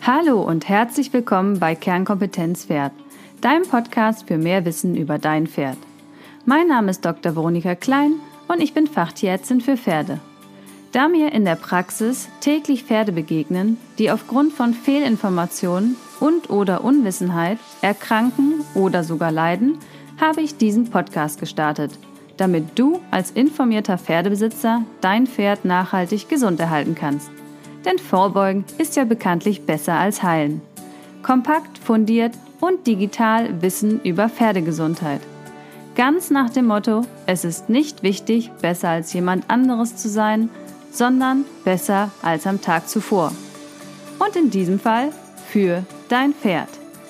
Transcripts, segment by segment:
Hallo und herzlich willkommen bei Kernkompetenz Pferd, deinem Podcast für mehr Wissen über dein Pferd. Mein Name ist Dr. Veronika Klein und ich bin Fachtierärztin für Pferde. Da mir in der Praxis täglich Pferde begegnen, die aufgrund von Fehlinformationen und/oder Unwissenheit erkranken oder sogar leiden, habe ich diesen Podcast gestartet, damit du als informierter Pferdebesitzer dein Pferd nachhaltig gesund erhalten kannst. Denn Vorbeugen ist ja bekanntlich besser als Heilen. Kompakt, fundiert und digital Wissen über Pferdegesundheit. Ganz nach dem Motto, es ist nicht wichtig, besser als jemand anderes zu sein, sondern besser als am Tag zuvor. Und in diesem Fall für dein Pferd.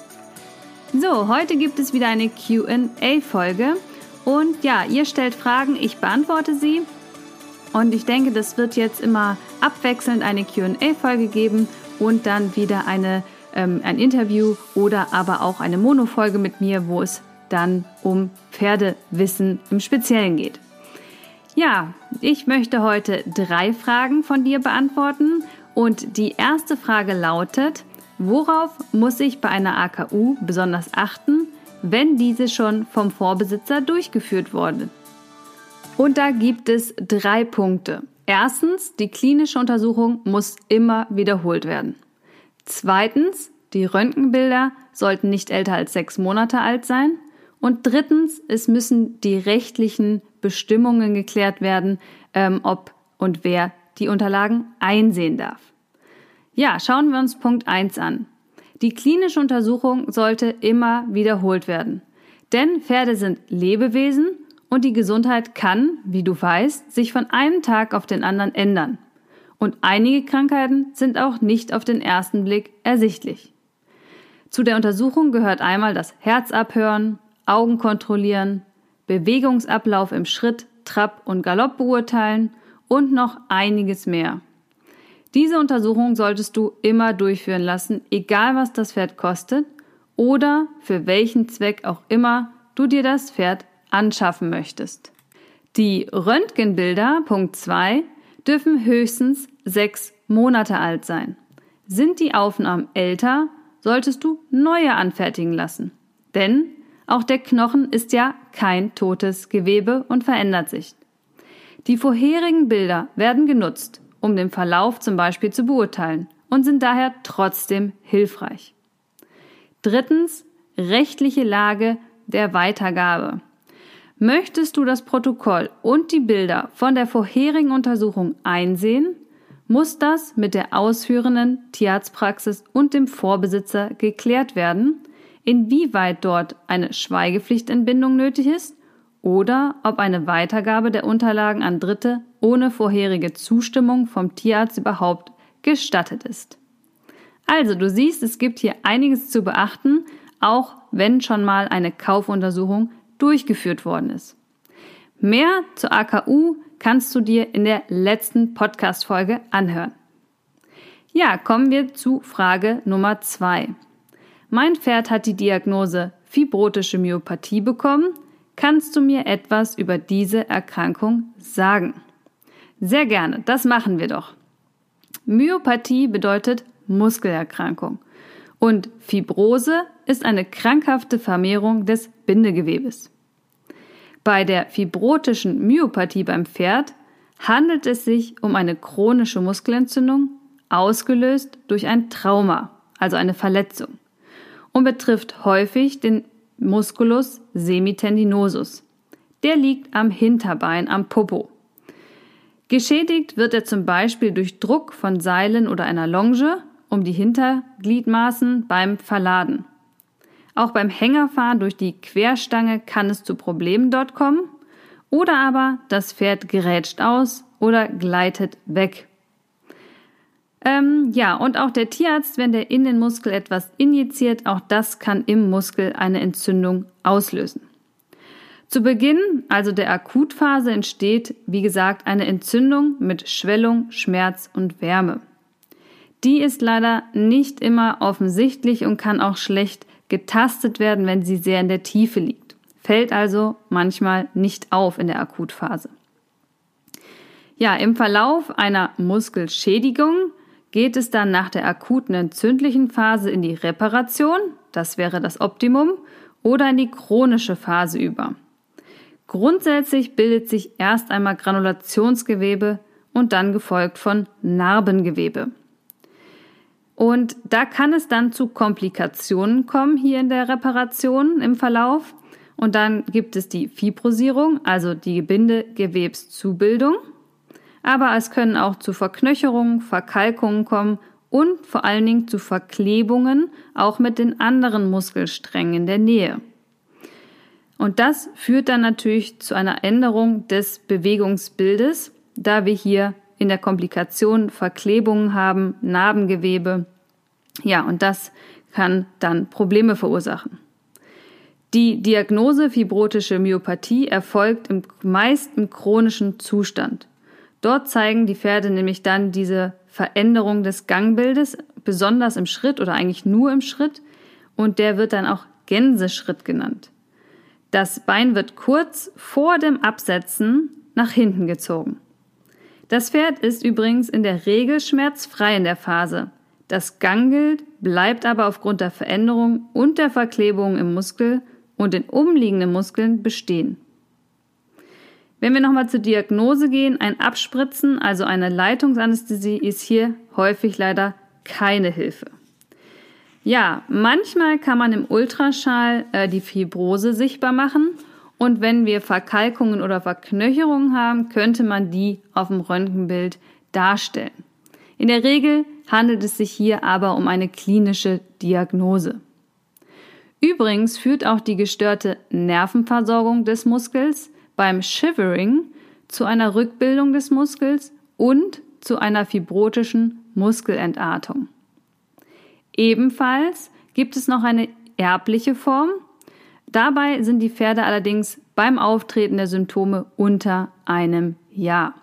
So, heute gibt es wieder eine Q&A-Folge. Und ja, ihr stellt Fragen, ich beantworte sie. Und ich denke, das wird jetzt immer abwechselnd eine Q&A-Folge geben und dann wieder ein Interview oder aber auch eine Mono-Folge mit mir, wo es dann um Pferdewissen im Speziellen geht. Ja, ich möchte heute 3 Fragen von dir beantworten und die erste Frage lautet: Worauf muss ich bei einer AKU besonders achten, wenn diese schon vom Vorbesitzer durchgeführt wurde? Und da gibt es 3 Punkte. Erstens, die klinische Untersuchung muss immer wiederholt werden. Zweitens, die Röntgenbilder sollten nicht älter als 6 Monate alt sein. Und drittens, es müssen die rechtlichen Bestimmungen geklärt werden, ob und wer die Unterlagen einsehen darf. Ja, schauen wir uns Punkt 1 an. Die klinische Untersuchung sollte immer wiederholt werden. Denn Pferde sind Lebewesen und die Gesundheit kann, wie du weißt, sich von einem Tag auf den anderen ändern. Und einige Krankheiten sind auch nicht auf den ersten Blick ersichtlich. Zu der Untersuchung gehört einmal das Herz abhören, Augen kontrollieren, Bewegungsablauf im Schritt, Trab und Galopp beurteilen und noch einiges mehr. Diese Untersuchung solltest du immer durchführen lassen, egal was das Pferd kostet oder für welchen Zweck auch immer du dir das Pferd anschaffen möchtest. Die Röntgenbilder, Punkt 2, dürfen höchstens 6 Monate alt sein. Sind die Aufnahmen älter, solltest du neue anfertigen lassen. Denn auch der Knochen ist ja kein totes Gewebe und verändert sich. Die vorherigen Bilder werden genutzt, um den Verlauf zum Beispiel zu beurteilen und sind daher trotzdem hilfreich. Drittens, rechtliche Lage der Weitergabe. Möchtest du das Protokoll und die Bilder von der vorherigen Untersuchung einsehen, muss das mit der ausführenden Tierarztpraxis und dem Vorbesitzer geklärt werden, inwieweit dort eine Schweigepflichtentbindung nötig ist oder ob eine Weitergabe der Unterlagen an Dritte ohne vorherige Zustimmung vom Tierarzt überhaupt gestattet ist. Also, du siehst, es gibt hier einiges zu beachten, auch wenn schon mal eine Kaufuntersuchung durchgeführt worden ist. Mehr zur AKU kannst du dir in der letzten Podcast-Folge anhören. Ja, kommen wir zu Frage Nummer 2. Mein Pferd hat die Diagnose fibrotische Myopathie bekommen. Kannst du mir etwas über diese Erkrankung sagen? Sehr gerne, das machen wir doch. Myopathie bedeutet Muskelerkrankung und Fibrose ist eine krankhafte Vermehrung des Bindegewebes. Bei der fibrotischen Myopathie beim Pferd handelt es sich um eine chronische Muskelentzündung, ausgelöst durch ein Trauma, also eine Verletzung, und betrifft häufig den Musculus semitendinosus. Der liegt am Hinterbein, am Popo. Geschädigt wird er zum Beispiel durch Druck von Seilen oder einer Longe um die Hintergliedmaßen beim Verladen. Auch beim Hängerfahren durch die Querstange kann es zu Problemen dort kommen oder aber das Pferd grätscht aus oder gleitet weg. Und auch der Tierarzt, wenn der in den Muskel etwas injiziert, auch das kann im Muskel eine Entzündung auslösen. Zu Beginn, also der Akutphase, entsteht, wie gesagt, eine Entzündung mit Schwellung, Schmerz und Wärme. Die ist leider nicht immer offensichtlich und kann auch schlecht getastet werden, wenn sie sehr in der Tiefe liegt. Fällt also manchmal nicht auf in der Akutphase. Ja, im Verlauf einer Muskelschädigung geht es dann nach der akuten entzündlichen Phase in die Reparation, das wäre das Optimum, oder in die chronische Phase über. Grundsätzlich bildet sich erst einmal Granulationsgewebe und dann gefolgt von Narbengewebe. Und da kann es dann zu Komplikationen kommen hier in der Reparation im Verlauf. Und dann gibt es die Fibrosierung, also die Bindegewebszubildung. Aber es können auch zu Verknöcherungen, Verkalkungen kommen und vor allen Dingen zu Verklebungen, auch mit den anderen Muskelsträngen in der Nähe. Und das führt dann natürlich zu einer Änderung des Bewegungsbildes, da wir hier in der Komplikation Verklebungen haben, Narbengewebe. Ja, und das kann dann Probleme verursachen. Die Diagnose fibrotische Myopathie erfolgt meist im chronischen Zustand. Dort zeigen die Pferde nämlich dann diese Veränderung des Gangbildes, besonders im Schritt oder eigentlich nur im Schritt, und der wird dann auch Gänseschritt genannt. Das Bein wird kurz vor dem Absetzen nach hinten gezogen. Das Pferd ist übrigens in der Regel schmerzfrei in der Phase. Das Gangbild bleibt aber aufgrund der Veränderung und der Verklebung im Muskel und den umliegenden Muskeln bestehen. Wenn wir nochmal zur Diagnose gehen, ein Abspritzen, also eine Leitungsanästhesie, ist hier häufig leider keine Hilfe. Ja, manchmal kann man im Ultraschall die Fibrose sichtbar machen und wenn wir Verkalkungen oder Verknöcherungen haben, könnte man die auf dem Röntgenbild darstellen. In der Regel handelt es sich hier aber um eine klinische Diagnose. Übrigens führt auch die gestörte Nervenversorgung des Muskels beim Shivering zu einer Rückbildung des Muskels und zu einer fibrotischen Muskelentartung. Ebenfalls gibt es noch eine erbliche Form. Dabei sind die Pferde allerdings beim Auftreten der Symptome unter einem Jahr.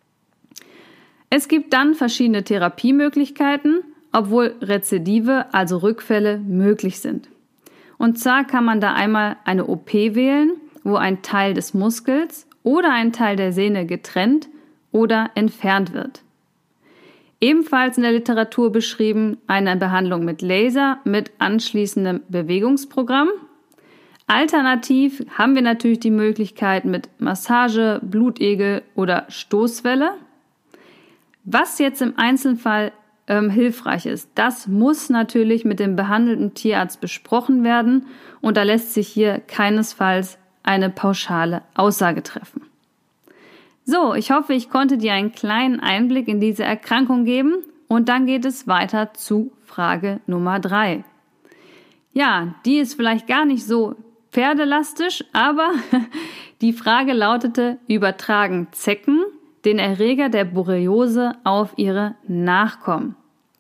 Es gibt dann verschiedene Therapiemöglichkeiten, obwohl Rezidive, also Rückfälle, möglich sind. Und zwar kann man da einmal eine OP wählen, wo ein Teil des Muskels oder ein Teil der Sehne getrennt oder entfernt wird. Ebenfalls in der Literatur beschrieben eine Behandlung mit Laser mit anschließendem Bewegungsprogramm. Alternativ haben wir natürlich die Möglichkeit mit Massage, Blutegel oder Stoßwelle. Was jetzt im Einzelfall hilfreich ist, das muss natürlich mit dem behandelnden Tierarzt besprochen werden und da lässt sich hier keinesfalls eine pauschale Aussage treffen. So, ich hoffe, ich konnte dir einen kleinen Einblick in diese Erkrankung geben und dann geht es weiter zu Frage Nummer 3. Ja, die ist vielleicht gar nicht so pferdelastisch, aber die Frage lautete, übertragen Zecken den Erreger der Borreliose auf ihre Nachkommen?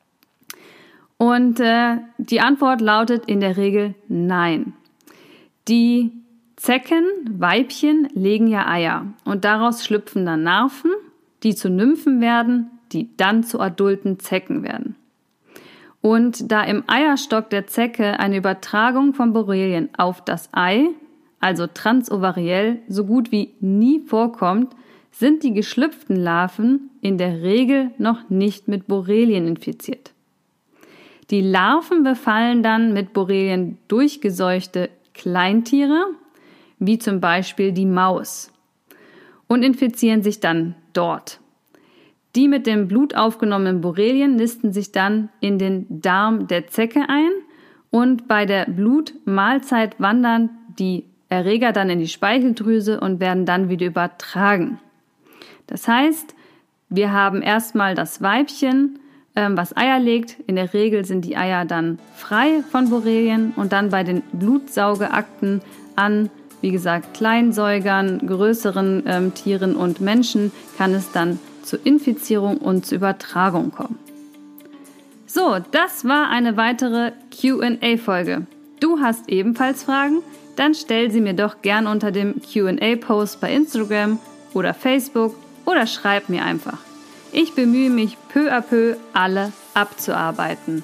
Und die Antwort lautet in der Regel nein. Die Zecken, Weibchen, legen ja Eier und daraus schlüpfen dann Larven, die zu Nymphen werden, die dann zu adulten Zecken werden. Und da im Eierstock der Zecke eine Übertragung von Borrelien auf das Ei, also transovariell, so gut wie nie vorkommt, sind die geschlüpften Larven in der Regel noch nicht mit Borrelien infiziert. Die Larven befallen dann mit Borrelien durchgeseuchte Kleintiere, wie zum Beispiel die Maus, und infizieren sich dann dort. Die mit dem Blut aufgenommenen Borrelien nisten sich dann in den Darm der Zecke ein und bei der Blutmahlzeit wandern die Erreger dann in die Speicheldrüse und werden dann wieder übertragen. Das heißt, wir haben erstmal das Weibchen, was Eier legt. In der Regel sind die Eier dann frei von Borrelien und dann bei den Blutsaugeakten an, wie gesagt, Kleinsäugern, größeren Tieren und Menschen kann es dann zur Infizierung und zur Übertragung kommen. So, das war eine weitere Q&A-Folge. Du hast ebenfalls Fragen? Dann stell sie mir doch gern unter dem Q&A-Post bei Instagram oder Facebook oder schreib mir einfach. Ich bemühe mich peu à peu, alle abzuarbeiten.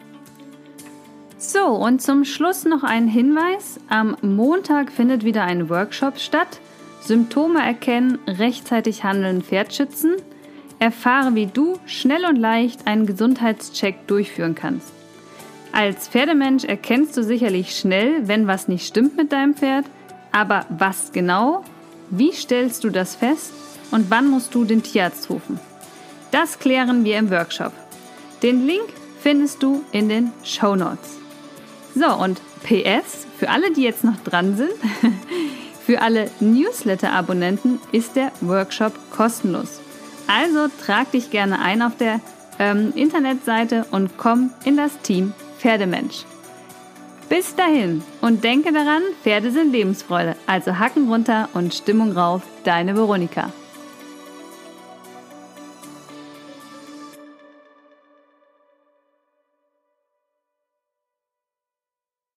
So, und zum Schluss noch ein Hinweis. Am Montag findet wieder ein Workshop statt. Symptome erkennen, rechtzeitig handeln, Pferd schützen. Erfahre, wie du schnell und leicht einen Gesundheitscheck durchführen kannst. Als Pferdemensch erkennst du sicherlich schnell, wenn was nicht stimmt mit deinem Pferd, aber was genau? Wie stellst du das fest? Und wann musst du den Tierarzt rufen? Das klären wir im Workshop. Den Link findest du in den Shownotes. So, und PS, für alle, die jetzt noch dran sind, für alle Newsletter-Abonnenten ist der Workshop kostenlos. Also trag dich gerne ein auf der Internetseite und komm in das Team Pferdemensch. Bis dahin und denke daran, Pferde sind Lebensfreude, also Hacken runter und Stimmung rauf, deine Veronika.